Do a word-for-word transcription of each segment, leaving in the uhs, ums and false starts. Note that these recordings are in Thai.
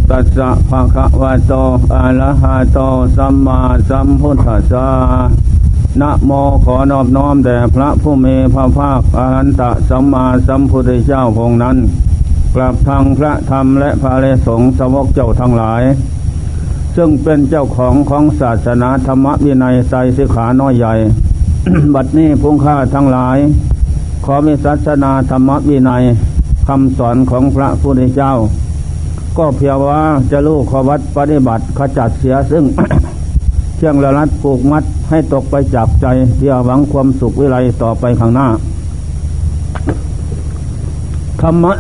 ตัสสะภะคะวะโตอะระหะโตสัมมาสัมพุทธัสสะนะโมขอนอบน้อมแด่พระผู้มีพระภาคอรหันตสัมมาสัมพุทธเจ้าพระองค์นั้นกราบทางพระธรรมและพระอริยสงฆ์สาวกเจ้าทั้งหลายซึ่งเป็นเจ้าของของศาสนาธรรมวินัยไตรสิกขาน้อยใหญ่ บัดนี้พุงข้าทั้งหลายขอมีศาสนาธรรมวินัยคำสอนของพระพุทธเจ้าก็เพียงว่าจะรู้ขวัดปฏิบัติขจัดเสียซึ่ง เชื่องละลัดผูกมัดให้ตกไปจากใจเพื่อหวังความสุขวิไลต่อไปข้างหน้าธรรมะ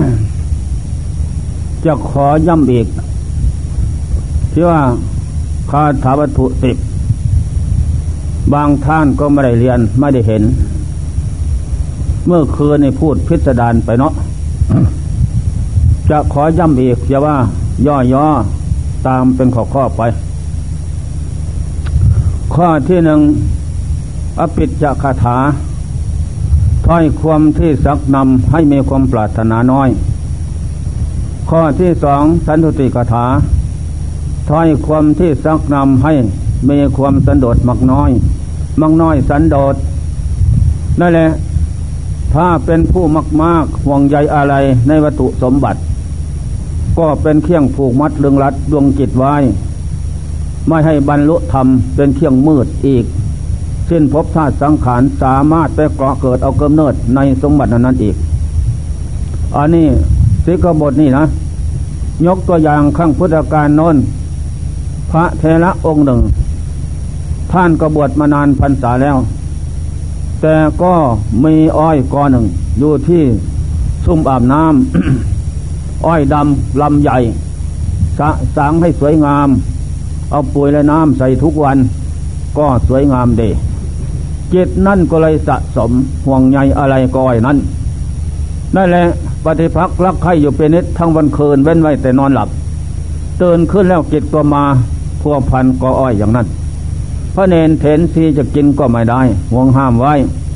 จะขอย้ำอีกที่ว่าคาถาวัตถุสิบบางท่านก็ไม่ได้เรียนไม่ได้เห็นเมื่อคืนนี่พูดพิสดารไปเนาะ จะขอย้ำอีกเพียงว่าย่อๆตามเป็นข้อๆไปข้อที่หนึ่งอภิจคาถาถ้อยความที่ซักนำให้มีความปรารถนาน้อยข้อที่สองสันตุติคาถาถ้อยความที่ซักนำให้มีความสันโดษมักน้อยมักน้อยสันโดษนั่นแหละถ้าเป็นผู้มากมากห่วงใยอะไรในวัตถุสมบัติก็เป็นเครื่องผูกมัดเรืองรัดดวงจิตไว้ไม่ให้บรรลุธรรมเป็นเครื่องมืดอีกสิ้นภพชาติสังขารสามารถไปเกาะเกิดเอากำเนิดในสมบัตินั้นอีกอันนี้สิกบทนี่นะยกตัวอย่างข้างพุทธกาลโน้นพระเถระองค์หนึ่งท่านก็บวชมานานพรรษาแล้วแต่ก็มีอ้อยกอหนึ่งอยู่ที่ซุ่มอาบน้ำ อ้อยดำลำใหญ่สะสางให้สวยงามเอาปุ๋ยและน้ำใส่ทุกวันก็สวยงามดีจิตนั่นก็เลยสะสมห่วงใยอะไรก็อ้อยนั้นนั่นแหละปฏิภักษ์รักใคร่อยู่เป็นนิดทั้งวันคืนเว้นไว้แต่นอนหลับตื่นขึ้นแล้วจิตก็มาพัวพันก็อ้อยอย่างนั้นพระเนรเถรที่จะกินก็ไม่ได้ห่วงห้ามไว้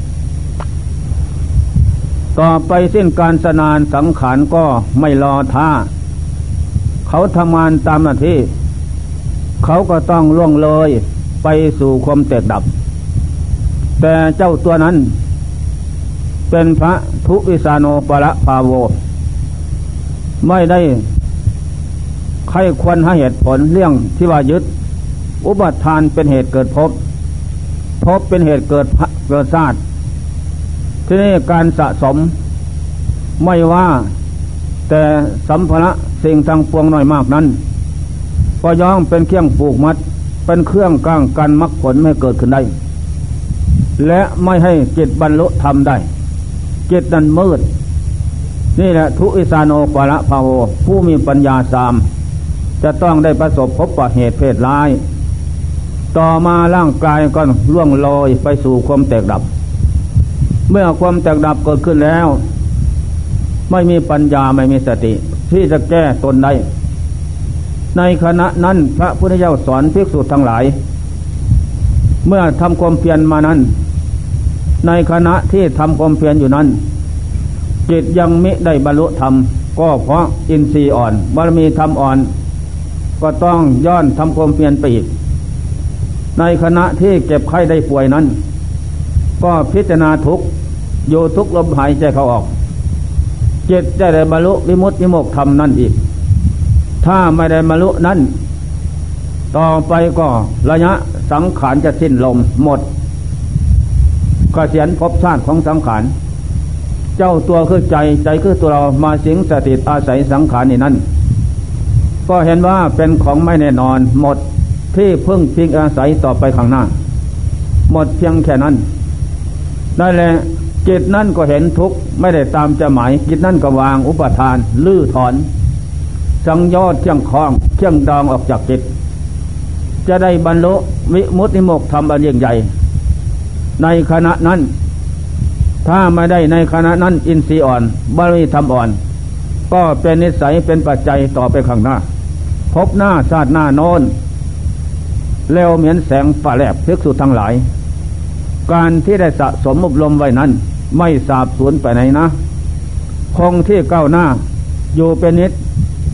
ต่อไปสิ้นการสนานสังขารก็ไม่รอท่าเขาทำงานตามหน้าที่เขาก็ต้องล่วงเลยไปสู่ความแตกดับแต่เจ้าตัวนั้นเป็นพระทุวิสาโนปละภาโวไม่ได้ใครควรให้เหตุผลเรื่องที่ว่ายึดอุปทานเป็นเหตุเกิดภพภพเป็นเหตุเกิดเกิดชาติที่นี่การสะสมไม่ว่าแต่สัมภาระสิ่งทางปวงน้อยมากนั้นก็ย่อมเป็นเครื่องผูกมัดเป็นเครื่องก้างกันมรรคผลไม่เกิดขึ้นได้และไม่ให้จิตบรรลุธรรมได้จิตนั้นมืดนี่แหละทุอิสาโนปละภาโวผู้มีปัญญาสามจะต้องได้ประสบพบประเหตุเพศร้ายต่อมาร่างกายก็ล่วงลอยไปสู่ความแตกดับเมื่อความแตกดับเกิดขึ้นแล้วไม่มีปัญญาไม่มีสติที่จะแก้ตนได้ในขณะนั้นพระพุทธเจ้าสอนภิกษุทั้งหลายเมื่อทำความเพียรมานั้นในขณะที่ทำความเพียรอยู่นั้นจิตยังมิได้บรรลุธรรมก็เพราะอินทรีย์อ่อนบารมีธรรมอ่อนก็ต้องย้อนทำความเพียรไปอีกในขณะที่เจ็บไข้ได้ป่วยนั้นก็พิจารณาทุกข์อยู่ทุกลมหายใจเข้าออกจิตจะได้บรรลุวิมุตติวิโมกขธรรมนั่นอีกถ้าไม่ได้บรรลุนั้นต่อไปก็ระยะสังขารจะสิ้นลมหมดเกษียณภพชาติของสังขารเจ้าตัวคือใจใจคือตัวเรามาสิงสถิตอาศัยสังขารนี่นั้นก็เห็นว่าเป็นของไม่แน่นอนหมดที่พึ่งพิงอาศัยต่อไปข้างหน้าหมดเพียงแค่นั้นได้แหละจิตนั่นก็เห็นทุกข์ไม่ได้ตามจะหมายจิตนั่นก็วางอุปทานลื้อถอนสังยอดเที่ยงคล้องเที่ยงดองออกจากจิตจะได้บรรลุวิมุตติวิโมกขธรรมอันยิ่งใหญ่ในขณะนั้นถ้าไม่ได้ในขณะนั้นอินทรีย์อ่อนบารมีธรรมอ่อนก็เป็นนิสัยเป็นปัจจัยต่อไปข้างหน้าพบหน้าชาติหน้าโน้นแล้วเหมือนแสงฟ้าแลบภิกษุทั้งหลายการที่ได้สะสมอบรมไว้นั้นไม่สาบสูญไปไหนนะคงที่ก้าวหน้าอยู่เป็นนิจป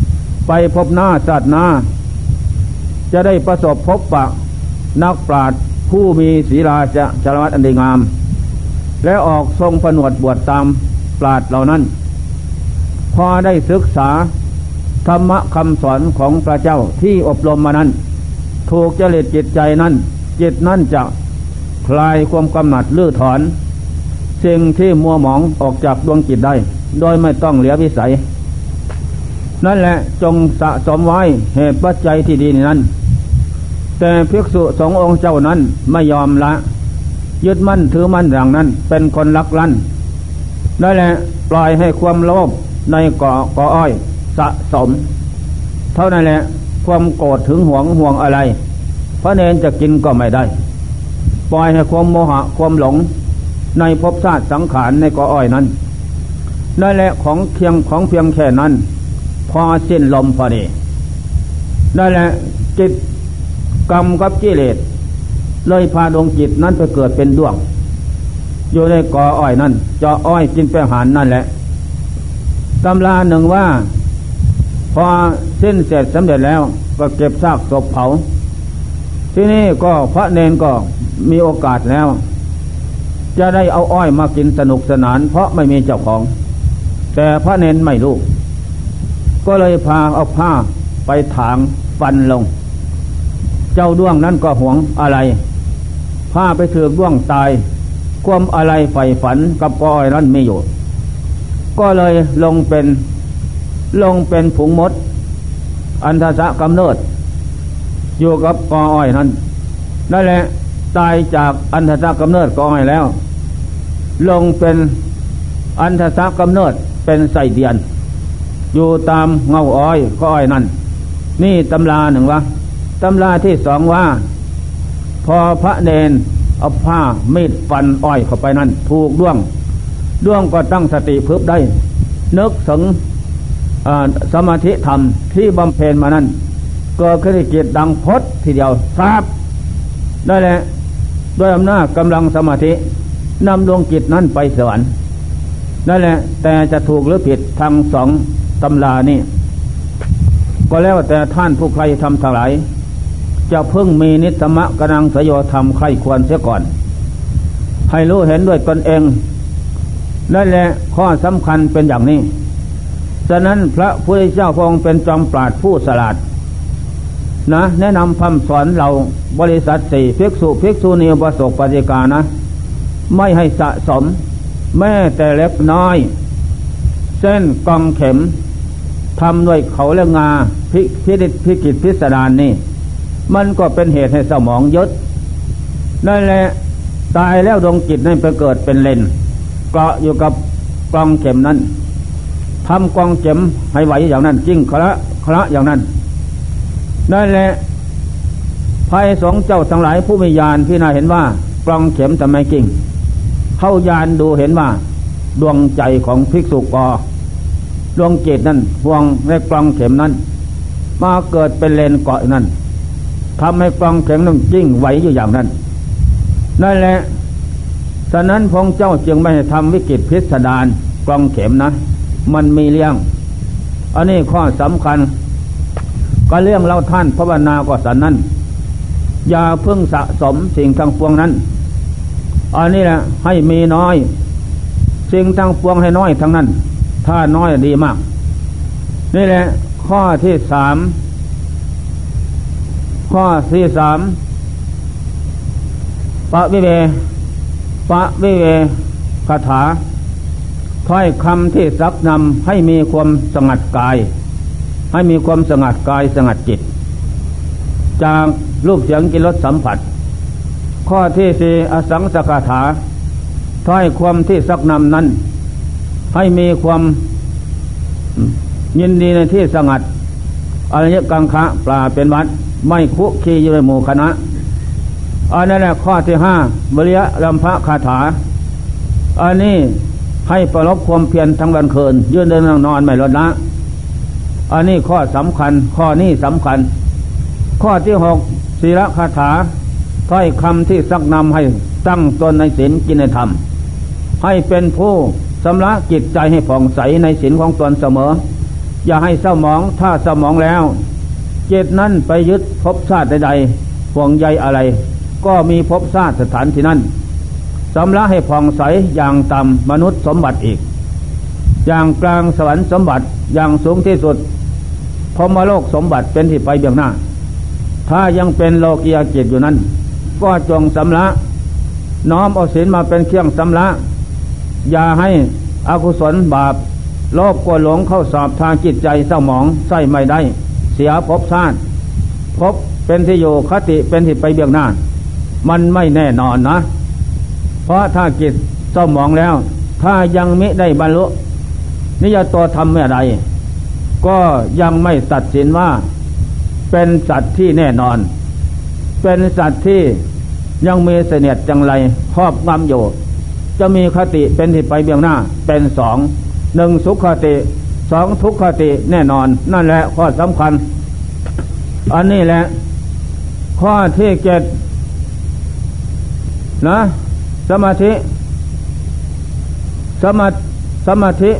ไปพบหน้าศาสนาจะได้ประสบพบปะนักปราชญ์ผู้มีศีลาจะจารวัตอันดีงามและออกทรงผนวดบวชตามปราชญ์เหล่านั้นพอได้ศึกษาธรรมะคำสอนของพระเจ้าที่อบรมมานั้นถูกจริตจิตใจนั้นจิตนั้นจะคลายความกำหนัดลื้อถอนสิ่งที่มัวหมองออกจากดวงจิตได้โดยไม่ต้องเหลือวิสัยนั่นแหละจงสะสมไว้เหตุปัจจัยที่ดีนั้นแต่ภิกษุสององค์เจ้านั้นไม่ยอมละยึดมั่นถือมั่นอย่างนั้นเป็นคนลักลั่นนั่นแหละปล่อยให้ความโลภในเกาะกออ้อยสะสมเท่านั้นแหละความโกรธถึงห่วงห่วงอะไรพระเนรจะกินก็ไม่ได้ปล่อยให้ความโมหะความหลงในภพชาติสังขารในกออ้อยนั้นนั่นแหละของเพียงของเพียงแค่นั้นพอสิ้นลมพอดีนั่นแหละจิตกรรมกับกิเลสเลยพาดวงจิตนั้นไปเกิดเป็นดวงอยู่ในกออ้อยนั้นเจาะอ้อยกินไปหารนั่นแหละตำราหนึ่งว่าพอสิ้นเสร็จสำเร็จแล้วก็เก็บซากศพเผาที่นี่ก็พระเนนก็มีโอกาสแล้วจะได้เอาอ้อยมากินสนุกสนานเพราะไม่มีเจ้าของแต่พระเนนไม่รู้ก็เลยพาเอาผ้าไปถางฟันลงเจ้าด้วงนั้นก็หวงอะไรผ้าไปถือด้วงตายความอะไรใฝ่ฝันกับกออ้อยนั้นไม่อยู่ก็เลยลงเป็นลงเป็นผงมดอันทสะกำเนิดอยู่กับกออ้อยนั้นนั่นแหละตายจากอันทสะกำเนิดกออ้อยแล้วลงเป็นอันทสะกำเนิดเป็นไส้เดือนอยู่ตามเงาอ้อยกออ้อยนั้นนี่ตำราหนึ่งวะตำราที่สองว่าพอพระเนนเอาผ้ามีดฟันอ้อยเข้าไปนั้นถูกด้วงด้วงก็ตั้งสติพึบได้นึกถึงสมาธิธรรมที่บำเพ็ญมานั้นเกิดขึ้นจิตดังพดทีเดียวทราบได้แหละด้วยอำนาจกำลังสมาธินำดวงจิตนั้นไปสวรรค์นั่นแหละแต่จะถูกหรือผิดทั้งสองตำรานี่ก็แล้วแต่ท่านผู้ใครทำทั้งหลายจะพึ่งมีนิสสมะกนังสยธรรมใครควรเสียก่อนให้รู้เห็นด้วยตนเองนั่นแหละข้อสำคัญเป็นอย่างนี้ฉะนั้นพระพุทธเจ้าพระองค์เป็นจอมปราชญ์ผู้ฉลาดนะแนะนำคำสอนเราบริษัทสี่ภิกษุภิกษุณีอุบาสกปฏิกานะไม่ให้สะสมแม้แต่เล็กน้อยเส้นกองเข็มทำด้วยเขาและงาพิพิจิตพิกิจพิสดารนี่มันก็เป็นเหตุให้สมองยึดนั่นแหละตายแล้วดวงจิตนั้นไปเกิดเป็นเลนเกาะอยู่กับกองเข็มนั้นทำกองเข็มให้ไหวอย่างนั้นจิ้งคละคละอย่างนั้นนั่นแหละภัยสองเจ้าทั้งหลายผู้มีญาณพี่นาเห็นว่ากองเข็มทำไมกิ้งเข้าญาณดูเห็นว่าดวงใจของภิกษุกอดวงจิตนั้นห่วงในกองเข็มนั้นมาเกิดเป็นเลนเกาะนั้นทำให้กองเข็มนั้นจิ้งไหวอยู่อย่างนั้นนั่นแหละฉะนั้นพระเจ้าจึงไม่ให้ทำวิกฤตพิสดารกองเข็มนะมันมีเรื่องอันนี้ข้อสำคัญก็เรื่องเราท่านภาวนาก็สันนั้นอย่าเพิ่งสะสมสิ่งทั้งปวงนั้นอันนี้แหละให้มีน้อยสิ่งทั้งปวงให้น้อยทั้งนั้นถ้าน้อยดีมากนี่แหละข้อที่สามข้อที่สามปะวิเวปะวิเวคาถาถ้อยคำที่ซักนำให้มีความสงัดกายให้มีความสงัดกายสงัดจิตจากรูปเสียงกลิ่นรสสัมผัสข้อที่สี่อสังสคาถาถ้อยความที่ซักนำนั้นให้มีความยินดีในที่สงัดอริยกังคะปลาเป็นวัดไม่คุกคีอยู่ในหมู่คณะอันนั้นแหละข้อที่ห้าบริยรัมภคาถาอันนี้ให้ประลบความเพียรทั้งวันคืนยืนเดินนั่งนอนไม่ลดละอันนี้ข้อสำคัญข้อนี้สำคัญข้อที่หกศีลคาถาถ้อยคำที่ซักนำให้ตั้งตนในศีลกินในธรรมให้เป็นผู้ชำระจิตใจให้ผ่องใสในศีลของตนเสมออย่าให้เศร้าหมองถ้าเศร้าหมองแล้วจิตนั้นไปยึดภพชาติใดๆห่วงใยอะไรก็มีภพชาติสถานที่นั้นสำละให้ผ่องใสอย่างต่ำมนุษย์สมบัติอีกอย่างกลางสวรรค์สมบัติอย่างสูงที่สุดพรหมโลกสมบัติเป็นที่ไปเบื้องหน้าถ้ายังเป็นโลกียจิตอยู่นั้นก็จงสำละน้อมเอาศีลมาเป็นเครื่องสำละอย่าให้อกุศลบาปโลภโกรธหลงเข้าสอบทางจิตใจเศร้าหมองใส่ไม่ได้เสียภพชาติภพเป็นที่อยู่คติเป็นที่ไปเบื้องหน้ามันไม่แน่นอนนะเพราะถ้าจิตเศร้าหมองแล้วถ้ายังมิได้บรรลุนิยตธรรมเมื่อใดก็ยังไม่ตัดสินว่าเป็นสัตว์ที่แน่นอนเป็นสัตว์ที่ยังมีเสนียดจังไรครอบงำอยู่จะมีคติเป็นที่ไปเบื้องหน้าเป็นสองหนึ่งสุขคติสองทุกขติแน่นอนนั่นแหละข้อสำคัญอันนี้แหละข้อที่เจ็ดนะสมาธิสมาสมาธิ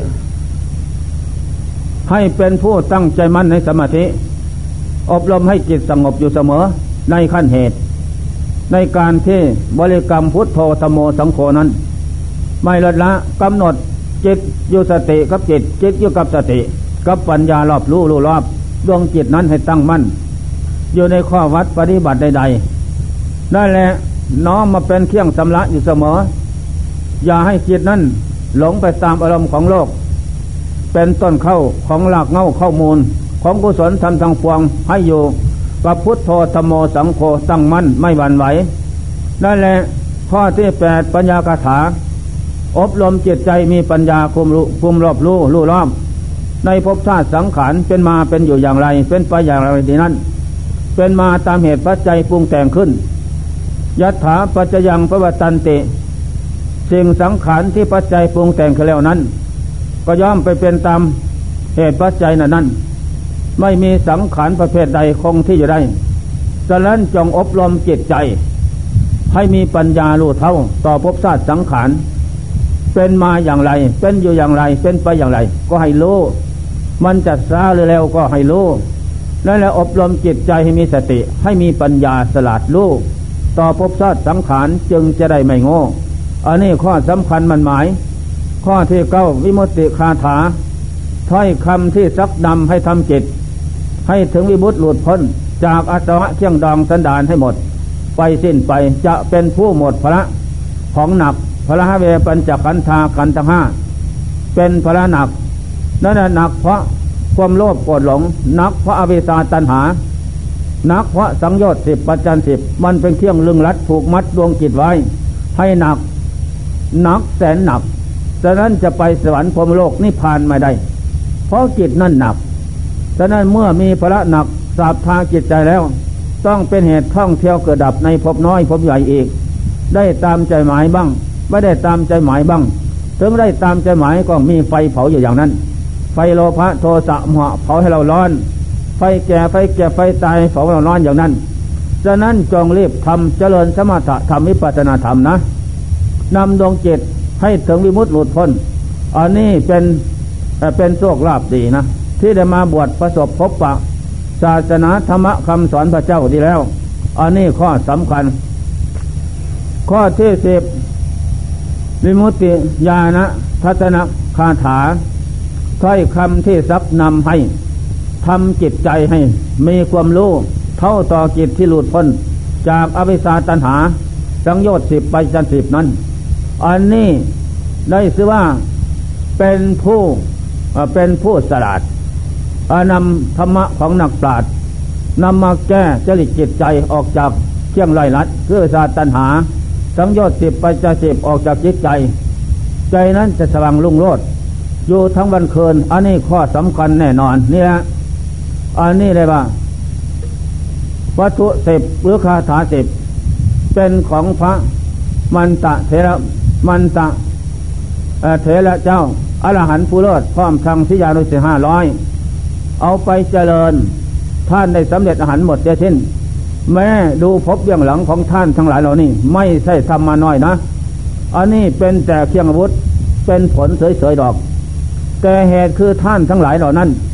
ให้เป็นผู้ตั้งใจมั่นในสมาธิอบรมให้จิตสงบอยู่เสมอในขั้นเหตุในการที่บริกรรมพุทโธธัมโมสังโฆนั้นไม่ลดละกำหนดจิตอยู่สติกับจิตจิตอยู่กับสติกับปัญญารอบรู้รู้รอบดวงจิตนั้นให้ตั้งมั่นอยู่ในข้อวัดปฏิบัติใดๆนั่นแหละน้อมมาเป็นเครื่องสำระอยู่เสมออย่าให้จิตนั้นหลงไปตามอารมณ์ของโลกเป็นต้นเข้าของหลักเง่าข้อมูลของกุศลธรรมทางปวงให้อยู่กับพุทโธธัมโมสังโฆตั้งมั่นไม่หวั่นไหวนั่นแหละข้อที่แปดปัญญากถาอบรมจิตใจมีปัญญาคุมรู้คุมรอบรู้รู้รอบในภพชาติสังขารเป็นมาเป็นอยู่อย่างไรเป็นไปอย่างไรที่นั้นเป็นมาตามเหตุปัจจัยปรุงแต่งขึ้นยัตถาปัจจยังปวัตตันติสิ่งสังขารที่ปัจจัยปรุงแต่งขึ้นแล้วนั้นก็ย่อมไปเป็นตามเหตุปัจจัยนั้นนั้นไม่มีสังขารประเภทใดคงที่อยู่ได้ฉะนั้นจงอบรมจิตใจให้มีปัญญารู้เท่าต่อภพชาติสังขารเป็นมาอย่างไรเป็นอยู่อย่างไรเป็นไปอย่างไรก็ให้รู้มันจะช้าหรือเร็วก็ให้รู้นั่นแหละอบรมจิตใจให้มีสติให้มีปัญญาสลัดรู้ต่อภพชาติสังขารจึงจะได้ไม่โง่อันนี้ข้อสำคัญมันหมายข้อที่เก้าวิมุตติคาถาถ้อยคำที่ซักนำให้ทำจิตให้ถึงวิมุตติหลุดพ้นจากอาสวะเครื่องดองสันดานให้หมดไปสิ้นไปจะเป็นผู้หมดภาระของหนักภาระเวปัญจขันธาขันธ์ทั้งห้าเป็นภาระหนักนั่นแหละหนักเพราะความโลภโกรธหลงหนักเพราะอวิชชาตัณหาหนักเพราะสังโยชน์สิบปัจจัยสิบมันเป็นเครื่องลึงรัดผูกมัดดวงจิตไว้ให้หนักหนักแสนหนักฉะนั้นจะไปสวรรค์พรหมโลกนิพพานไม่ได้เพราะจิตนั่นหนักฉะนั้นเมื่อมีภาระหนักสาบทาจิตใจแล้วต้องเป็นเหตุท่องเที่ยวเกิดดับในภพน้อยภพใหญ่อีกได้ตามใจหมายบ้างไม่ได้ตามใจหมายบ้างถึงได้ตามใจหมายก็มีไฟเผาอยู่อย่างนั้นไฟโลภะโทสะโมหะเผาให้เราร้อนไฟแก่ไฟแก่ไฟตายเผาเราร้อนอย่างนั้นฉะนั้นจงรีบทำเจริญสมถะธรรมวิปัสสนาธรรมนะนำดวงจิตให้ถึงวิมุตติหลุดพ้นอันนี้เป็นเป็นโชคลาภดีนะที่ได้มาบวชประสบพบปะศาสนาธรรมะคำสอนพระเจ้าดีแล้วอันนี้ข้อสำคัญข้อที่สิบวิมุตติญาณทัศนคาถาถ้อยคำที่ซักนำให้ทำจิตใจให้มีความรู้เท่าต่อจิตที่หลุดพ้นจากอวิชชาตัณหาสังโยชน์สิบไปจันสิบนั้นอันนี้ได้ชื่อว่าเป็นผู้เป็นผู้ฉลาดนำธรรมะของนักปราชญ์นำมาแก้จริตจิตใจออกจากเครื่องไล่ลัดคือศาสตัณหาสังโยชน์สิบไปจันสิบออกจากจิตใจใจนั้นจะสว่างรุ่งโรจน์อยู่ทั้งวันคืนอันนี้ข้อสำคัญแน่นอนนี่แหละอันนี้เลยว่าวัตถุสิบหรือคาถาสิบเป็นของพระมันตะเถระมันตะเถระเจ้าอรหันต์ผู้เลิศพร้อมทั้งสิยานุสิห้าร้อยเอาไปเจริญท่านได้สำเร็จอรหันต์หมดเสียสิ้นแม้ดูพบเบื้องหลังของท่านทั้งหลายเหล่านี้ไม่ใช่ทำมาน้อยนะอันนี้เป็นแต่เครื่องอาวุธเป็นผลเฉยๆดอกแต่เหตุคือท่านทั้งหลายเหล่านั้น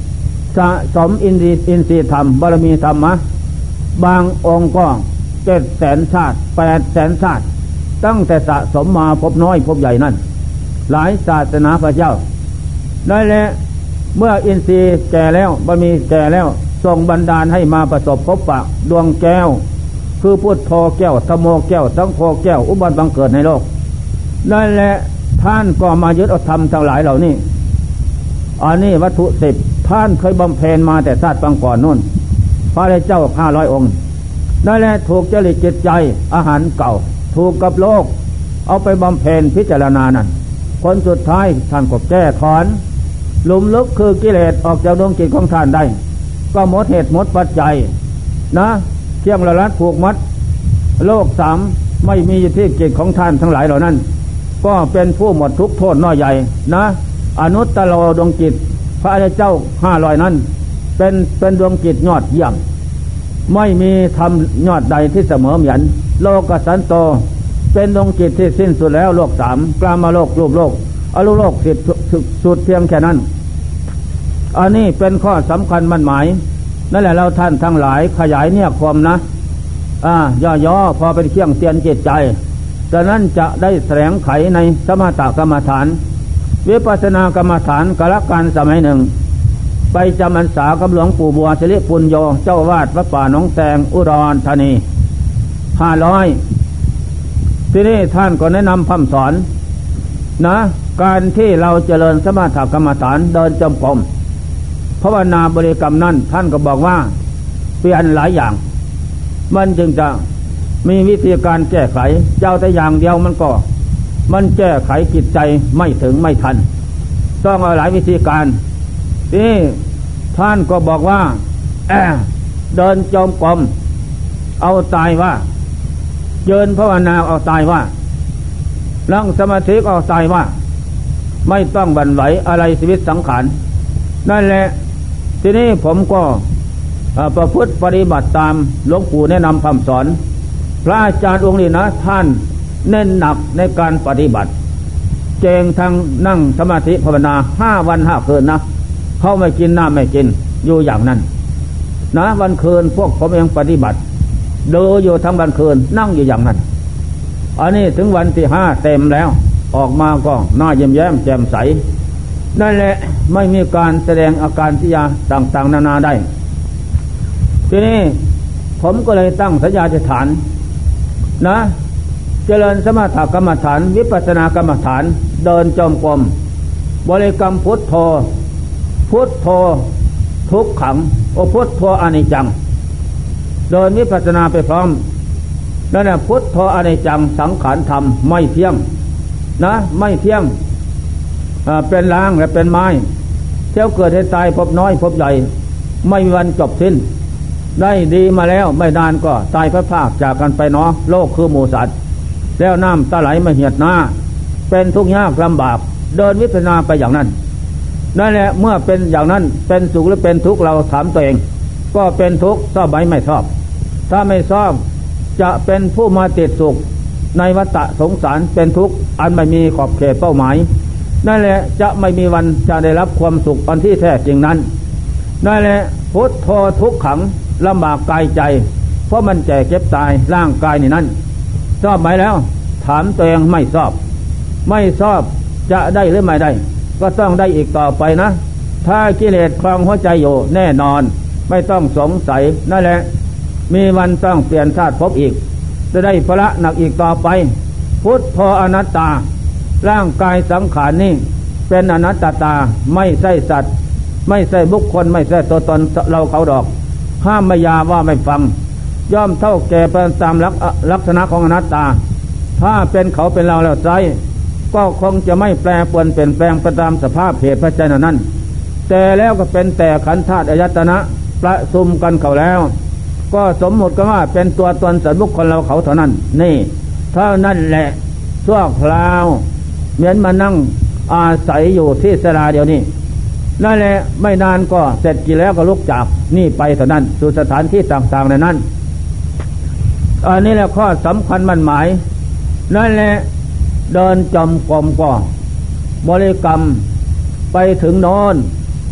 สะสมอินทรีย์อินทรีย์ธรรมบารมีธรรมะบางองค์ก็เจ็ดแสนชาติแปดแสนชาติตั้งแต่สะสมมาพบน้อยพบใหญ่นั่นหลายศาสนาพระเจ้าได้แล้วเมื่ออินทรีย์แก่แล้วบารมีแก่แล้วทรงบันดาลให้มาประสบพบปะดวงแก้วคือพุทโธแก้วธัมโมแก้วสังโฆแก้วอุบัติบังเกิดในโลกได้แล้วท่านก็มายึดเอาธรรมทั้งหลายเหล่านี้อันนี้วัตถุสิบท่านเคยบำเพ็ญมาแต่ชาติปางก่อนนู่นพระเจ้าห้าร้อยองค์ได้แล้วถูกจริตจิตใจอาหารเก่าถูกกับโลกเอาไปบำเพ็ญพิจารณานั้นผลสุดท้ายท่านก็แก้ถอนหลุมลึกคือกิเลสออกจากดวงจิตของท่านได้ก็หมดเหตุหมดปัจจัยนะเที่ยงละลัดผูกมัดโลกสามไม่มีที่จิตของท่านทั้งหลายเหล่านั้นก็เป็นผู้หมดทุกโทษน้อยใหญ่นะอนุตตรดวงจิตพระเจ้าห้าร้อยนั้นเป็นเป็นดวงจิตยอดเยี่ยมไม่มีธรรมยอดใดที่เสมอเหมือนโลกสันโตเป็นดวงจิตที่สิ้นสุดแล้วโลกสามกลามโลกรูปโลกอรูปโลกสิทธิสุดเพียงแค่นั้นอันนี้เป็นข้อสำคัญมั่นหมายนั่นแหละเราท่านทั้งหลายขยายเนี่ยความนะอ่าย่อๆพอเป็นเครื่องเตือนจิตใจดังนั้นจะได้แสดงไขในสมถกรรมฐานวิปัสสนากรรมฐานกาลการสมัยหนึ่งไปจำพรรษากับหลวงปู่บัวสิริปุญโญเจ้าวาดวัดป่าหนองแตงอุดรธานีห้าร้อยที่นี่ท่านก็แนะนำคำสอนนะการที่เราเจริญสมถกรรมฐานเดินจงกรมภาวนาบริกรรมนั้นท่านก็บอกว่าเปลี่ยนหลายอย่างมันจึงจะมีวิธีการแก้ไขเจ้าแต่อย่างเดียวมันก็มันแก้ไขจิตใจไม่ถึงไม่ทันต้องเอาหลายวิธีการนี่ท่านก็บอกว่าเอ่อเดินจงกรมเอาตายว่าเยินภาวนาเอาตายว่านั่งสมาธิเอาตายว่าไม่ต้องบั่นไหวอะไรชีวิตสังขารนั่นแหละทีนี้ผมก็ประพฤติปฏิบัติตามหลวงปู่แนะนำคำสอนพระอาจารย์องค์นี้นะท่านเน้นหนักในการปฏิบัติเจงทางนั่งสมาธิภาวนาห้าวันห้าคืนนะเขาไม่กินน้ำไม่กินอยู่อย่างนั้นนะวันคืนพวกผมเองปฏิบัติดูอยู่ทั้งวันคืนนั่งอยู่อย่างนั้นอันนี้ถึงวันที่ห้าเต็มแล้วออกมาก็หน้าเยิ้มแย้มแจ่มใสนั่นแหละไม่มีการแสดงอาการที่ยาต่างๆนานาได้ทีนี้ผมก็เลยตั้งสัญญาธิษฐานนะเจริญสมถกรรมฐานวิปัสสนากรรมฐานเดินจงกรมบริกรรมพุทโธพุทโธทุกขังโอพุทโธอนิจจังเดินวิปัสสนาไปพร้อมนั่นแหละพุทโธอนิจจังสังขารธรรมไม่เที่ยงนะไม่เที่ยงเป็นล้างและเป็นไม้เที่ยวเกิดให้ตายพบน้อยพบใหญ่ไม่มีวันจบสิ้นได้ดีมาแล้วไม่นานก็ตายพระภาคจากกันไปเนาะโลกคือหมูสัตว์แล้วน้ำตาไหลมาเหียดหน้าเป็นทุกข์ยากลำบากเดินวิปัสสนาไปอย่างนั้นนั่นแหละเมื่อเป็นอย่างนั้นเป็นสุขหรือเป็นทุกข์เราถามตัวเองก็เป็นทุกข์ชอบไหมไม่ชอบถ้าไม่ชอบจะเป็นผู้มาติดสุขในวัฏสงสารเป็นทุกข์อันไม่มีขอบเขตเป้าหมายนั่นแหละจะไม่มีวันจะได้รับความสุขอันที่แท้จริงนั้นนั่นแหละพุทโธทุกขังลำบากกายใจเพราะมันแก่เก็บตายร่างกายนี่นั้นชอบไหมแล้วถามตัวเองไม่ชอบไม่ชอบจะได้หรือไม่ได้ก็ต้องได้อีกต่อไปนะถ้ากิเลสครองหัวใจอยู่แน่นอนไม่ต้องสงสัยนั่นแหละมีวันต้องเปลี่ยนชาติพบอีกจะได้ภาระหนักอีกต่อไปพุทโธอนัตตาร่างกายสังขารนี่เป็นอนัตตาไม่ใช่สัตว์ไม่ใช่บุคคลไม่ใช่ตัวตนเราเขาดอกห้ามไม่ยาว่าไม่ฟังย่อมเท่าแก่เป็นตามลักษณะของอนัตตาถ้าเป็นเขาเป็นเราแล้วใจก็คงจะไม่แปรปรวนเปลี่ยนแปลงไปตามสภาพเหตุปัจจัยนั้นแต่แล้วก็เป็นแต่ขันธ์ธาตุอายตนะประชุมกันเขาแล้วก็สมมติกันว่าเป็นตัวตนสัตว์บุคคลเราเขาเท่านั้นนี่เท่านั้นแหละชั่วคราวเหมือนมานั่งอาศัยอยู่ที่ศาลาเดียวนี้นั่นแหละไม่นานก็เสร็จกินแล้วก็ลุกจากนี่ไปเท่านั้นสู่สถานที่ต่างๆในนั้นอันนี้แหละข้อสำคัญมั่นหมายนั่นแหละเดินจมกรมก็บริกรรมไปถึงโน้น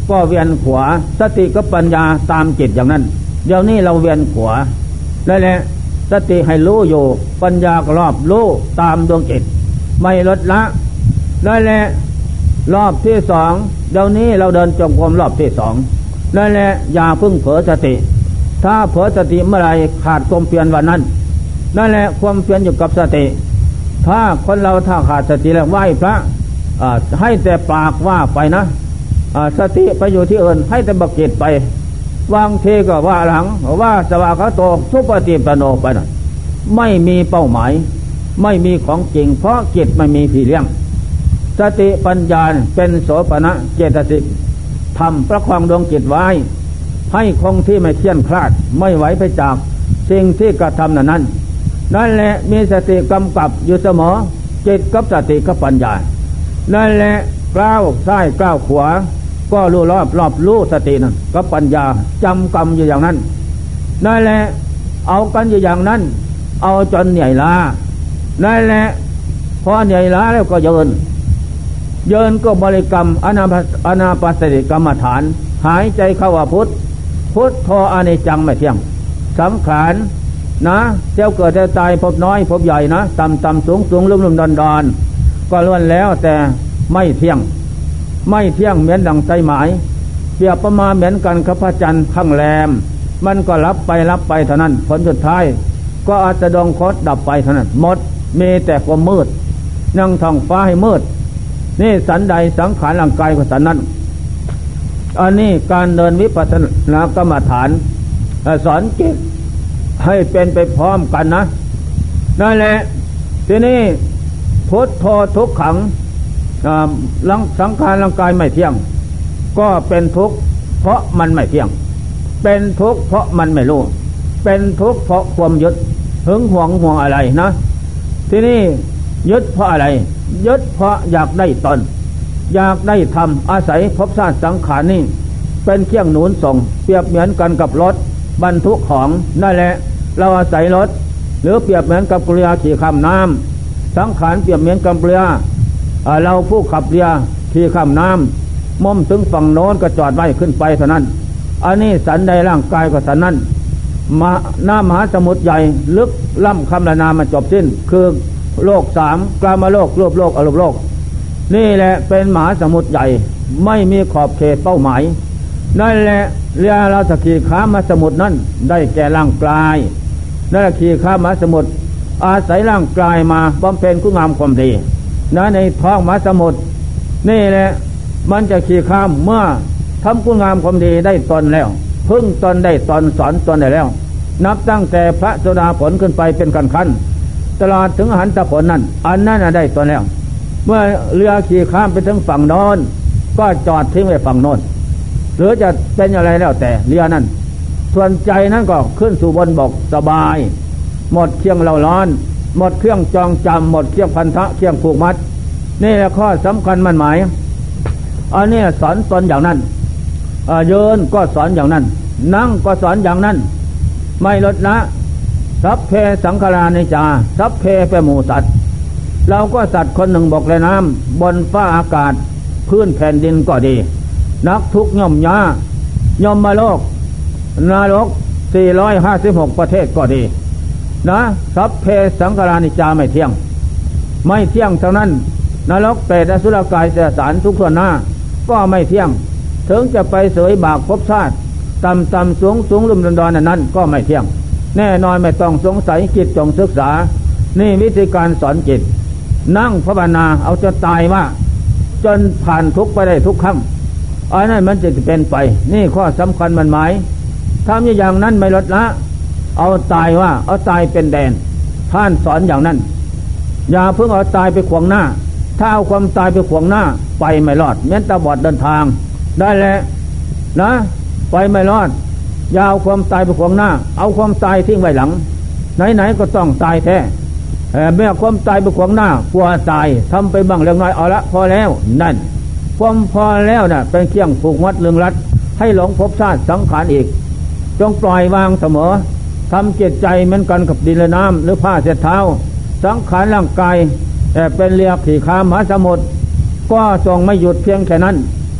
ก็เวียนขวาสติกับปัญญาตามจิตอย่างนั้นเดี๋ยวนี้เราเวียนขวานั่นแหละสติให้รู้อยู่ปัญญาก็รอบรู้ตามดวงจิตไม่ลดละนั่นแหละรอบที่สองเดี๋ยวนี้เราเดินจงกรมรอบที่สองนั่นแหละอย่าพึ่งเผลอสติถ้าเผลอสติเมื่อไรขาดความเพียรวันนั้นนั่นแหละความเพียรอยู่กับสติถ้าคนเราถ้าขาดสติแล้วไหว้พระให้แต่ปากว่าไปนะสติไปอยู่ที่อื่นให้แต่บักจิตไปวางเทก็ว่าหลังว่าสวากขาโตสุปฏิปโนไปนะไม่มีเป้าหมายไม่มีของจริงเพราะจิตไม่มีพี่เลี้ยงสติปัญญาเป็นโสปณะเจตสิกทำประคองดวงจิตไว้ให้คงที่ไม่เคลื่อนคลาดไม่ไหวไปจากสิ่งที่กระทำนั้นนั้นนั่นแหละมีสติกำกับอยู่เสมอจิตกับสติกับปัญญานั่นแหละก้าวซ้ายก้าวขวาก็รู้รอบรอบรู้สตินั่นกับปัญญาจำกรรมอยู่อย่างนั้นนั่นแหละเอากันอยู่อย่างนั้นเอาจนเหนื่อยล้านั่นแหละพอเหนื่อยล้าแล้วก็เยินเยินก็บริกรรมอนาอนาปสติกรรมฐานหายใจเข้าว่าพุทธพุทธโธอนิจจังไม่เที่ยงสังขารนะเจ้าเกิดจะตายพบน้อยพบใหญ่นะต่ำต่ำสูงสูงลุ่มลุ่มดอนดอนก็ล้วนแล้วแต่ไม่เที่ยงไม่เที่ยงเหมือนดังใจหมายเปรียบประมาณเหมือนกันกับพระจันทร์ข้างแรมมันก็รับไปรับไปเท่านั้นผลสุดท้ายก็อาจจะดองคดดับไปเท่านั้นหมดมีแต่ความมืดนั่งท้องฟ้าให้มืดนี่สันใดสังขารร่างกายของสันนั้นอันนี้การเดินวิปัสสนากรรมฐานสอนจิตให้เป็นไปพร้อมกันนะนั่นแหละทีนี้พุทโธทุกขังลังสังขารร่างกายไม่เที่ยงก็เป็นทุกข์เพราะมันไม่เที่ยงเป็นทุกข์เพราะมันไม่รู้เป็นทุกข์เพราะความยึดหึงหวงห่วงอะไรนะทีนี้ยึดเพราะอะไรยึดเพราะอยากได้ตนอยากได้ทำอาศัยภพชาติสังขารนี่เป็นเครื่องหนุนส่งเปรียบเหมือนกันกับรถบรรทุกของนั่นแหละเราอาศัยรถหรือเปรียบเหมือนกับเรือขี่ข้ามน้ำสังขารเปรียบเหมือนกับเรือเราผู้ขับเรือขี่ข้ามน้ำม่อมถึงฝั่งโน้นก็จอดไว้ขึ้นไปเท่านั้นอันนี้สันใดร่างกายก็สันนั้นมาหน้ามหาสมุทรใหญ่ลึกล่ำคำละนามาจบสิ้นคือโลกสามกามโลกรูปโลกอรูปโลกนี่แหละเป็นมหาสมุทรใหญ่ไม่มีขอบเขตเป้าหมายนั่นแหละเรือเราจะขี่ข้ามมหาสมุทรนั้นได้แก่ร่างกายนั่นแหละขี่ข้ามมหาสมุทรอาศัยร่างกายมาบำเพ็ญคุณงามความดีนะในท้องมหาสมุทรนี่แหละมันจะขี่ข้ามเมื่อทำคุณงามความดีได้ตนแล้วพึ่งตนได้ตนสอนตนได้แล้วนับตั้งแต่พระโสดาผลขึ้นไปเป็นขั้นขั้นตลอดถึงอรหันตผลนั้นอันนั้นได้ตนแล้วเมื่อเรือขี่ข้ามไปถึงฝั่งโน้นก็จอดทิ้งไว้ฝั่งโน้นหรือจะเป็นอะไรแล้วแต่เรือนั้นส่วนใจนั้นก็ขึ้นสู่บนบกสบายหมดเครื่องเล่าร้อนหมดเครื่องจองจำหมดเครื่องพันธะเครื่องผูกมัดนี่แหละข้อสำคัญมันหมายอันนี้สอนตนอย่างนั้นเยินก็สอนอย่างนั้นนั่งก็สอนอย่างนั้นไม่ลดละสัพเพสังขารานิจจาสัพเพเปหมู่สัตว์เราก็สัตว์คนหนึ่งบกและน้ำบนฟ้าอากาศพื้นแผ่นดินก็ดีนักทุกย่อมยาย่อมมาโลกนรกสี่ร้อยห้าสิบหกประเทศก็ดีนะสัพเพสังขารานิจจาไม่เที่ยงไม่เที่ยงเท่านั้นนรกเปรตอสุรกายเสสารทุกส่วนหน้าก็ไม่เที่ยงถึงจะไปเสยบากภพชาติต่ำต่ำสูงสูงลุ่มดอนดอนนั้นก็ไม่เที่ยงแน่นอนไม่ต้องสงสัยจิตจงศึกษานี่วิธีการสอนจิตนั่งภาวนาเอาจนตายว่าจนผ่านทุกไปได้ทุกครั้งอันนั้นมันจะเป็นไปนี่ข้อสำคัญมันหมายทำอย่างนั้นไม่ลดละเอาตายว่าเอาตายเป็นแดนท่านสอนอย่างนั้นอย่าเพิ่งเอาตายไปขวางหน้าถ้าเอาความตายไปขวางหน้าไปไม่รอดแม้แต่บอดเดินทางได้แหละนะไปไม่รอดอย่าเอาความตายไปขวางหน้าเอาความตายทิ้งไว้หลังไหนๆก็ต้องตายแท้เมื่อความตายไปขวางหน้ากลัวตายทำไปบ้างเล็กน้อยเอาละพอแล้วนั่นความพอแล้วน่ะเป็นเครื่องผูกมัดลึงรัดให้หลงภพชาติสังขารอีกจงปล่อยวางเสมอทำจิตใจเหมือนกันกับดินและน้ำหรือผ้าเช็ดเท้าสังขารร่างกายเป็นเรือขี่ข้ามมหาสมุทรก็ทรงไม่หยุดเพียงแค่นั้น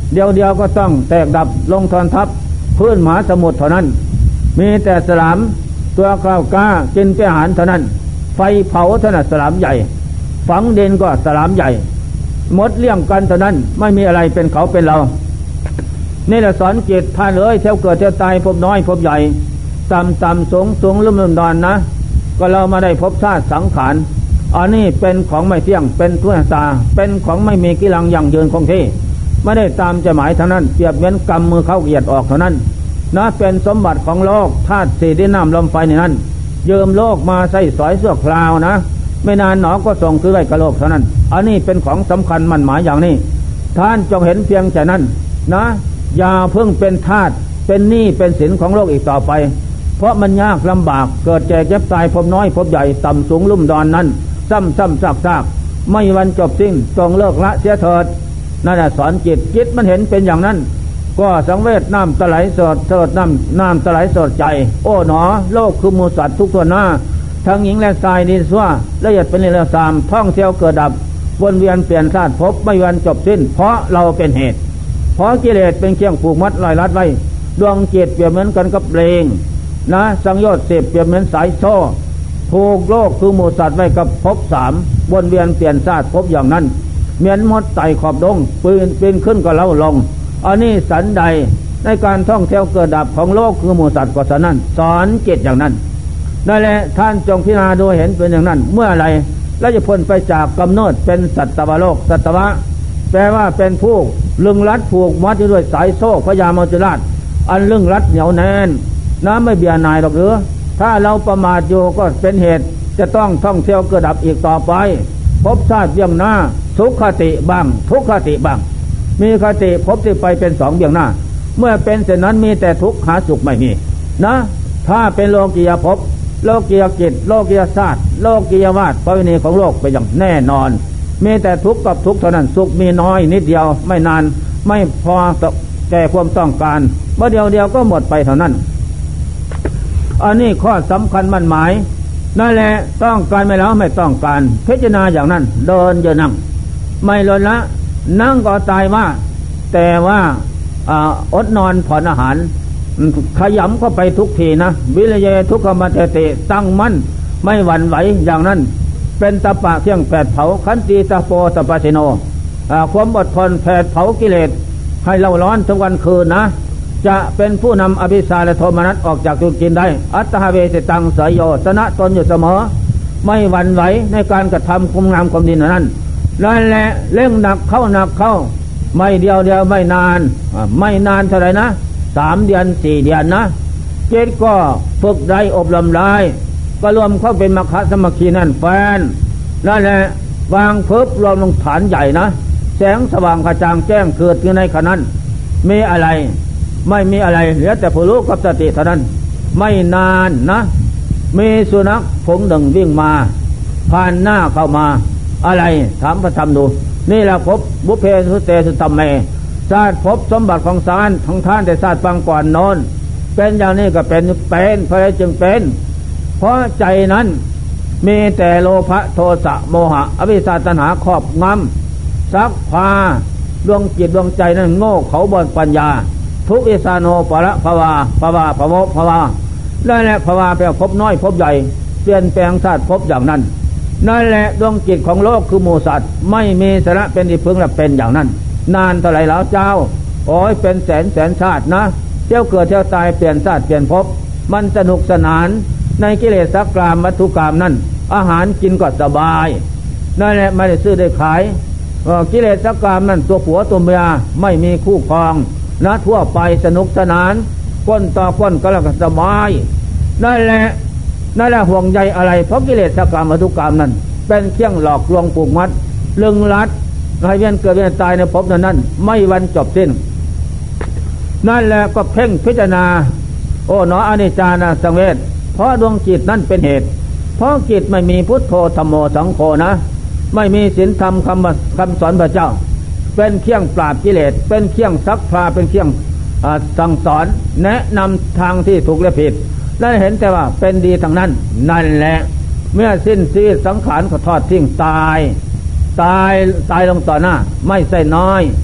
เดียวเดียวก็ต้องแตกดับลงทอนทับพื้นมหาสมุทรเท่านั้นมีแต่สลามตัวกล้ากล้ากินอาหารเท่านั้นไฟเผาเท่านั้นสลามใหญ่ฝังดินก็สลามใหญ่หมดเลี่ยงกันเท่านั้นไม่มีอะไรเป็นเขาเป็นเรานี่แหละสอนจิตท่านเอ้ยเที่ยวเกิดเที่ยวตายพบน้อยพบใหญ่ต่ำต่ำสูงสูงลุ่มลุ่มดอนนะก็เรามาได้พบชาติสังขารอันนี้เป็นของไม่เที่ยงเป็นทุกข์ตาเป็นของไม่มีกิลังยั่งยืนคงที่ไม่ได้ตามใจหมายเท่านั้นเปรียบเหมือนกำมือเข้าเหยียดออกเท่านั้นนะเป็นสมบัติของโลกธาตุสี่ดินน้ำลมไฟในนั้นยืมโลกมาใส่สอยชั่วคราวนะไม่นานหนอก็ส่งคืนไว้กับโลกเท่านั้นอันนี้เป็นของสำคัญมั่นหมายอย่างนี้ท่านจงเห็นเพียงแต่นั้นนะอย่าเพิ่งเป็นทาสเป็นหนี้เป็นสินของโลกอีกต่อไปเพราะมันยากลำบากเกิดแก่เจ็บตายพบน้อยพบใหญ่ต่ำสูงลุ่มดอนนั้นซ้ำซ้ำซากซากไม่วันจบสิ้นจงเลิกละเสียเถิดนั่นแหละสอนจิตจิตมันเห็นเป็นอย่างนั้นก็สังเวชน้ำตะไหลสดเถิดน้ำน้ำตะไหลสดใจโอ้หนอโลกคือมูสัตว์ทุกตัวหน้าทั้งหญิงและชายดินซัวละเอียดเป็นเรื่องสามท่องเที่ยวเกิดดับวนเวียนเปลี่ยนชาติพบไม่วันจบสิ้นเพราะเราเป็นเหตุเพราะกิเลสเป็นเครื่องผูกมัดลอยลัดไว้ดวงจิตเปรียบเหมือนกันกับเพลงนะสังโยชน์สิบเปรียบเหมือนสายโซ่ผูกโลกคือหมูสัตว์ไว้กับภพสามวนเวียนเปลี่ยนชาติพบอย่างนั้นเหมือนมดไต่ขอบดงปืนปีนขึ้นก็เล่าลงอันนี้สันใดในการท่องเที่ยวเกิดดับของโลกคือหมูสัตว์ก็ฉะนั้นสอนจิตอย่างนั้นนั่นแหละท่านจงพิจารณาดูเห็นเป็นอย่างนั้นเมื่อไรแล้วจะพ้นไปจากกำเนิดเป็นสัตวโลกสัตวะแปลว่าเป็นผู้ลึงรัดผูกมัดอยู่ด้วยสายโซ่พญามัจจุราชอันลึงรัดเหนียวแน่นน้ำไม่เบียดนายหรอกหรือถ้าเราประมาทอยู่ก็เป็นเหตุจะต้องท่องเที่ยวเกิดดับอีกต่อไปพบชาติเบี่ยงหน้าสุขคติบ้างทุกขติบ้างมีคติพบที่ไปเป็นสองเบี่ยงหน้าเมื่อเป็นเช่นนั้นมีแต่ทุกข์หาสุขไม่มีนะถ้าเป็นโลกียภพโลกียจิตโลกียศาสตร์โลกียวาทประเวณีของโลกไปอย่างแน่นอนมีแต่ทุกข์กับทุกข์เท่านั้นสุขมีน้อยนิดเดียวไม่นานไม่พอแก่ความต้องการเมื่อเดียวเดียวก็หมดไปเท่านั้นอันนี้ข้อสำคัญมั่นหมายนั่นแหละต้องการไม่แล้วไม่ต้องการพิจารณาอย่างนั้นเดินเยอะนั่งไม่ลดละนั่งก็ตายว่าแต่ว่าอดนอนผ่อนอาหารขยำเข้าไปทุกทีนะวิริยะทุกขมัตติตั้งมั่นไม่หวั่นไหวอย่างนั้นเป็นตปะเที่ยงแผดเผาขันติตะโปตปะสิโนความอดทนแผดเผากิเลสให้เล่าร้อนทั้งวันคืนนะจะเป็นผู้นำอภิชาและโทมนัสออกจากทุกข์กินได้อัตตาเวสตังสยโยชนะตนอยู่เสมอไม่หวั่นไหวในการกระทำคุณงามความดีนั้นนั่นแหละเร่งหนักเข้าหนักเข้าไม่เดียวเดียวไม่นานไม่นานเท่าไหร่นะสามเดือนสี่เดือนนะเจ็ดก็ฝึกได้อบรมได้ก็รวมเข้าเป็นมรรคสมัคคีนั่นแฟนนั่นแหละวางเพิบรวมลงฐานใหญ่นะแสงสว่างกระจ่างแจ้งเกิดขึ้นในขณะนั้นมีอะไรไม่มีอะไรเหลือแต่ผู้รู้กับสติเท่านั้นไม่นานนะมีสุนัขผงหนึ่งวิ่งมาผ่านหน้าเข้ามาอะไรถามพระธรรมดูนี่แหละพบบุพเพสุเตสุตัมเมชาติพบสมบัติของสารของท่านแต่ชาติฟังก่อนโน้นเป็นอย่างนี้ก็เป็นเป็นเพราะอะไรจึงเป็นเพราะใจนั้นมีแต่โลภะโทสะโมหะอวิชชาตัณหาครอบงำซักพาดวงจิตดวงใจนั้นโง่เขาบนปัญญาทุกอิสาโนปะละภวาภวาภวภวานั่นแหละภวาแปลพบน้อยพบใหญ่เปลี่ยนแปลงชาติพบอย่างนั้นนั่นแหละดวงจิตของโลกคือหมู่สัตว์ไม่มีสาระเป็นที่พึ่งและเป็นอย่างนั้นนานเท่าไหร่แล้วเจ้าโอ้ยเป็นแสนแสนชาตินะเที่ยวเกิดเที่ยวตายเปลี่ยนชาติเปลี่ยนภพมันสนุกสนานในกิเลสกรรมวัตถุกรรมนั่นอาหารกินก็สบายนั่นแหละไม่ได้ซื้อได้ขายกิเลสกรรมนั่นตัวผัวตัวเมียไม่มีคู่ครองนะทั่วไปสนุกสนานก้นต่อก้นก็แล้วก็สบายนั่นแหละนั่นแหละห่วงใยอะไรเพราะกิเลสกรรมวัตถุกรรมนั่นเป็นเครื่องหลอกลวงผูกมัดลึงลัดให้เวียนเกิดเวียนตายในภพนั้นไม่วันจบสิ้นนั่นแหละก็เพ่งพิจารณาโอ้หนออนิจจานะสังเวชเพราะดวงจิตนั่นเป็นเหตุเพราะจิตไม่มีพุทโธธัมโมสังโฆนะไม่มีศีลธรรมคำคำสอนพระเจ้าเป็นเครื่องปราบกิเลสเป็นเครื่องซักพาเป็นเครื่องสั่งสอนแนะนำทางที่ถูกและผิดและเห็นแต่ว่าเป็นดีทางนั้นนั่นแหละเมื่อสิ้นชีวิตสังขารก็ทอดทิ้งตายตายตายลงต่อหน้าไม่ใช่น้อย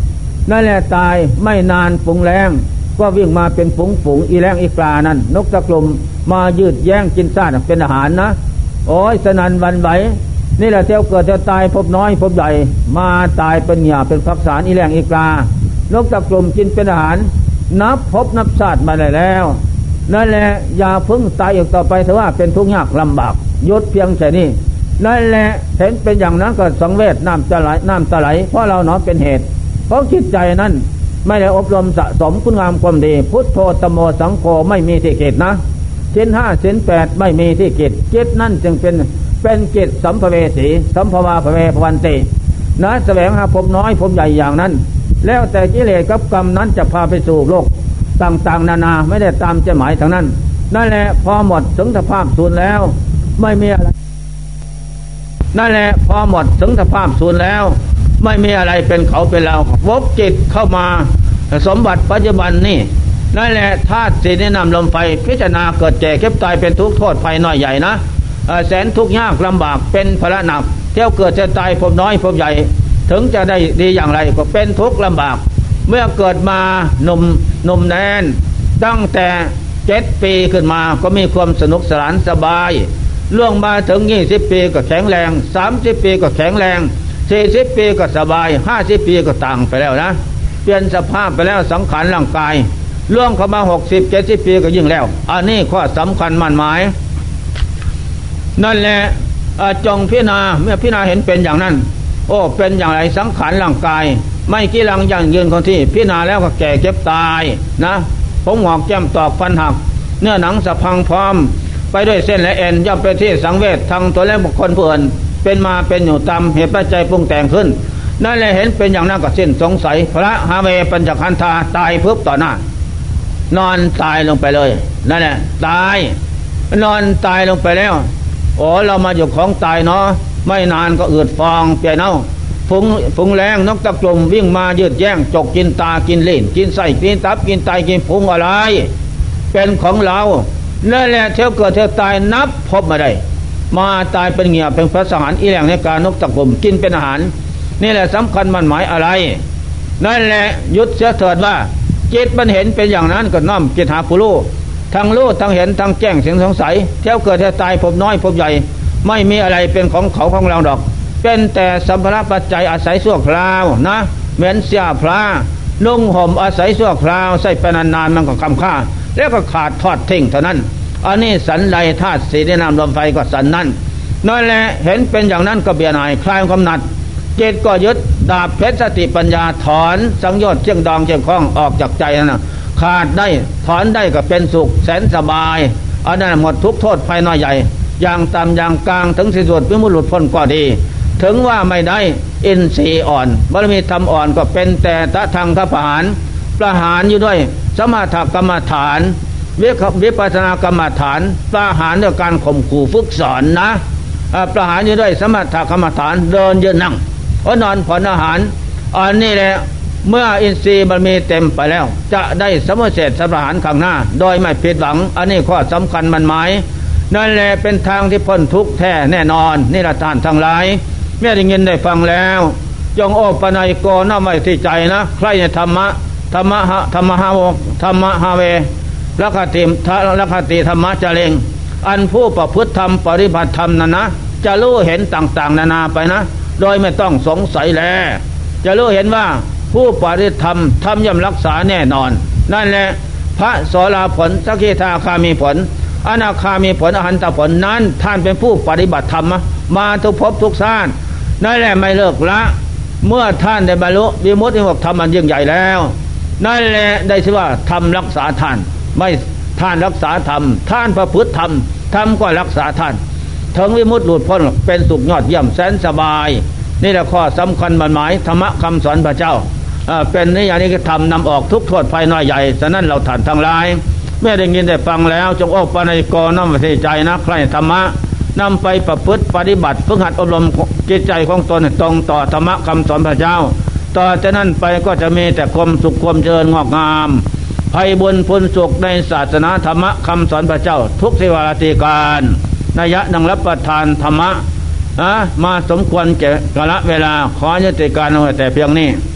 นั่นแหละตายไม่นานฝูงแรงก็วิ่งมาเป็นฝูงฝูงอีแรงอีกานั่นนกตะกลุ่มมายืดแย่งกินซากเป็นอาหารนะโอ้ยสนันวันไหวนี่แหละเที่ยวเกิดเที่ยวตายพบน้อยพบใหญ่มาตายเป็นหยาเป็นพักษาอีแรงอีกานกตะกลุ่มกินเป็นอาหารนับพบนับชาติมาได้แล้วนั่นแหละอย่าพึ่งตายอีกต่อไปถือว่าเป็นทุกข์ยากลำบากยศเพียงแค่นี้นั่นแหละเห็นเป็นอย่างนั้นก็สังเวชน้ำจะไหลน้ำตาไหลเพราะเราเนาะเป็นเหตุเพราะจิตใจนั้นไม่ได้อบรมสะสมคุณงามความดีพุทโธตโมสังโฆไม่มีที่เกตนะศีลห้าศีลแปดไม่มีที่เกตจิตนั่นจึงเป็นเป็นจิตสัมภเวสีสัมภวาภเวภวันตินะแสวงหาภพน้อยภพใหญ่อย่างนั้นแล้วแต่กิเลสกับกรรมนั้นจะพาไปสู่โลกต่างๆนานาไม่ได้ตามเจหมายทางนั้นนั่นแหละพอหมดถึงสภาพสูญแล้วไม่มีอะไรนั่นแหละพอหมดถึงสภาพสูญแล้วไม่มีอะไรเป็นเขาเป็นเราวกจิตเข้ามาสมบัติปัจจุบันนี่นั่นแหละธาตุสี่แนะนำลมไฟพิจารณาเกิดแก่เก็บตายเป็นทุกข์โทษภัยน้อยใหญ่นะแสนทุกข์ยากลำบากเป็นภาระหนักเที่ยวเกิดจะตายพบน้อยพบใหญ่ถึงจะได้ดีอย่างไรก็เป็นทุกข์ลำบากเมื่อเกิดมาหนุ่มหนุ่มแน่นตั้งแต่เจ็ดปีขึ้นมาก็มีความสนุกสนานสบายล่วงมาถึงยี่สิบปีก็แข็งแรงสามสิบปีก็แข็งแรงสี่สิบปีก็สบายห้าสิบปีก็ต่างไปแล้วนะเปลี่ยนสภาพไปแล้วสังขารร่างกายล่วงเข้ามาหกสิบเจ็ดสิบปีก็ยิ่งแล้วอันนี้ข้อสำคัญมั่นหมายนั่นแหละจงพิจารณาเมื่อพิจารณาเห็นเป็นอย่างนั้นโอ้เป็นอย่างไรสังขารร่างกายไม่กี่ลังอย่างยืนคนที่พิจารณาแล้วก็แก่เก็บตายนะผมหอกแก้มตอกฟันหักเนื้อหนังสะพังพร้อมไปด้วยเส้นและเอ็นย่อมเป็นที่สังเวชทางตัวและบุคคลผู้อื่นเป็นมาเป็นอยู่ตามเหตุปัจจัยปรุงแต่งขึ้นนั่นแหละเห็นเป็นอย่างนั้นก็สิ้นสงสัยพระหาเวปัญจขันธาตายเพิ่มต่อหน้านอนตายลงไปเลยนั่นแหละตายนอนตายลงไปแล้วโอ้เรามาอยู่ของตายเนาะไม่นานก็อืดฟองเปลี่ยนเอาฝุงฝุงแรงนกตะกลุ่มวิ่งมายืดแย่งจกกินตากินลิ้นกินไส้กินตับกินไตกินพุงอะไรเป็นของเรานั่นแหละเที่ยวเกิดเที่ยวตายนับพบมาได้มาตายเป็นเหงี่ยเป็นพระสหารอีแหลงในการนกตะกลุ่มกินเป็นอาหารนี่แหละสำคัญมันหมายอะไรนั่นแหละยุดเสียเถิดว่าจิตมันเห็นเป็นอย่างนั้นก็น้อมจิตหาผู้รู้ทั้งรู้ทั้งเห็นทั้งแจ้งเสียงสงสัยเที่ยวเกิดเที่ยวตายพบน้อยพบใหญ่ไม่มีอะไรเป็นของเขาของเราดอกเป็นแต่สัมภาระปัจจัยอาศัยชั่วคราวนะเหมือนเสียพระนุ่งห่มอาศัยชั่วคราวใส่ไปนานๆมันก็คำค่าแล้วก็ขาดทอดทิ้งเท่านั้นอันนี้สันใดธาตุสี่ได้นำลมไฟก็สันนั้นนั่นแหละเห็นเป็นอย่างนั้นก็เบียดหน่ายคลายความหนัดจิตก็ยึดดาบเพชรสติปัญญาถอนสังโยชน์เชียงดองเชียงคล้องออกจากใจนั่นนะขาดได้ถอนได้ก็เป็นสุขแสนสบายอันนั้นหมดทุกโทษภัยน้อยใหญ่อย่างต่ำอย่างกลางถึงสิ้นสุดวิมุตติหลุดพ้นก็ดีถึงว่าไม่ได้อินทรีย์อ่อนบารมีธรรมอ่อนก็เป็นแต่ตะทางทประหารประหารอยู่ด้วยสมถกรรมฐานวิปัสสนากรรมฐานประหารด้วยการข่มขู่ฝึกสอนนะประหารอยู่ด้วยสมถกรรมฐานเดินยืนนั่งก็นอนผ่อนอาหารอันนี้แหละเมื่ออินทรีย์บารมีเต็มไปแล้วจะได้สมเสร็จสัมปหารข้างหน้าโดยไม่ผิดหวังอันนี้ข้อสำคัญมันหมายนั่นแหละเป็นทางที่พ้นทุกข์แท้แน่นอนนี่ละท่านทั้งหลายเมื่อได้ยินได้ฟังแล้วจงโอปนัยโกน้อมไว้ที่ใจนะใครในธรรมะธรรมะธรรมะฮาวธรรมะฮาเวลักขติลักขติธรรมะจะเลงอันผู้ประพฤติธรรมปฏิบัติธรรมนั้นนะจะรู้เห็นต่างๆนานาไปนะโดยไม่ต้องสงสัยแลจะรู้เห็นว่าผู้ปฏิบัติธรรมธรรมย่อมรักษาแน่นอนนั่นแหละพระโสดาผลสกิทาคามีผลอนาคามีผลอรหันตผลนั้นท่านเป็นผู้ปฏิบัติธรรมมาทุกภพทุกชาตินั่นแหละไม่เลิกละเมื่อท่านได้บรรลุวิมุตตินิพพานธรรมอันยิ่งใหญ่แล้วนั่นแหละได้ชื่อว่าธรรมรักษาท่านไม่ท่านรักษาธรรมท่านประพฤติธรรมธรรมก็รักษาท่านถึงวิมุตติหลุดพ้นเป็นสุขยอดเยี่ยมแสนสบายนี่แหละข้อสำคัญมันหมายธรรมะคำสอนพระเจ้าเป็นนิยานิกธรรมนำออกทุกโทษภัยน้อยใหญ่ฉะนั้นเราท่านทั้งหลายเมื่อได้ยินได้ฟังแล้วจงออกปณิกรน้อมไว้ที่ใจนะใครธรรมะนำไปประพฤติปฏิบัติฝึกหัดอบรมจิตใจของตนตรงต่อธรรมะคำสอนพระเจ้าต่อจากนั้นไปก็จะมีแต่ความสุขความเจริญงอกงามภัยบุญพ้นสุขในศาสนาธรรมะคำสอนพระเจ้าทุกสิวาราติการนัยนังรับประทานธรรมะมาสมควรแก่กาลเวลาขอยุติการเอาแต่เพียงนี้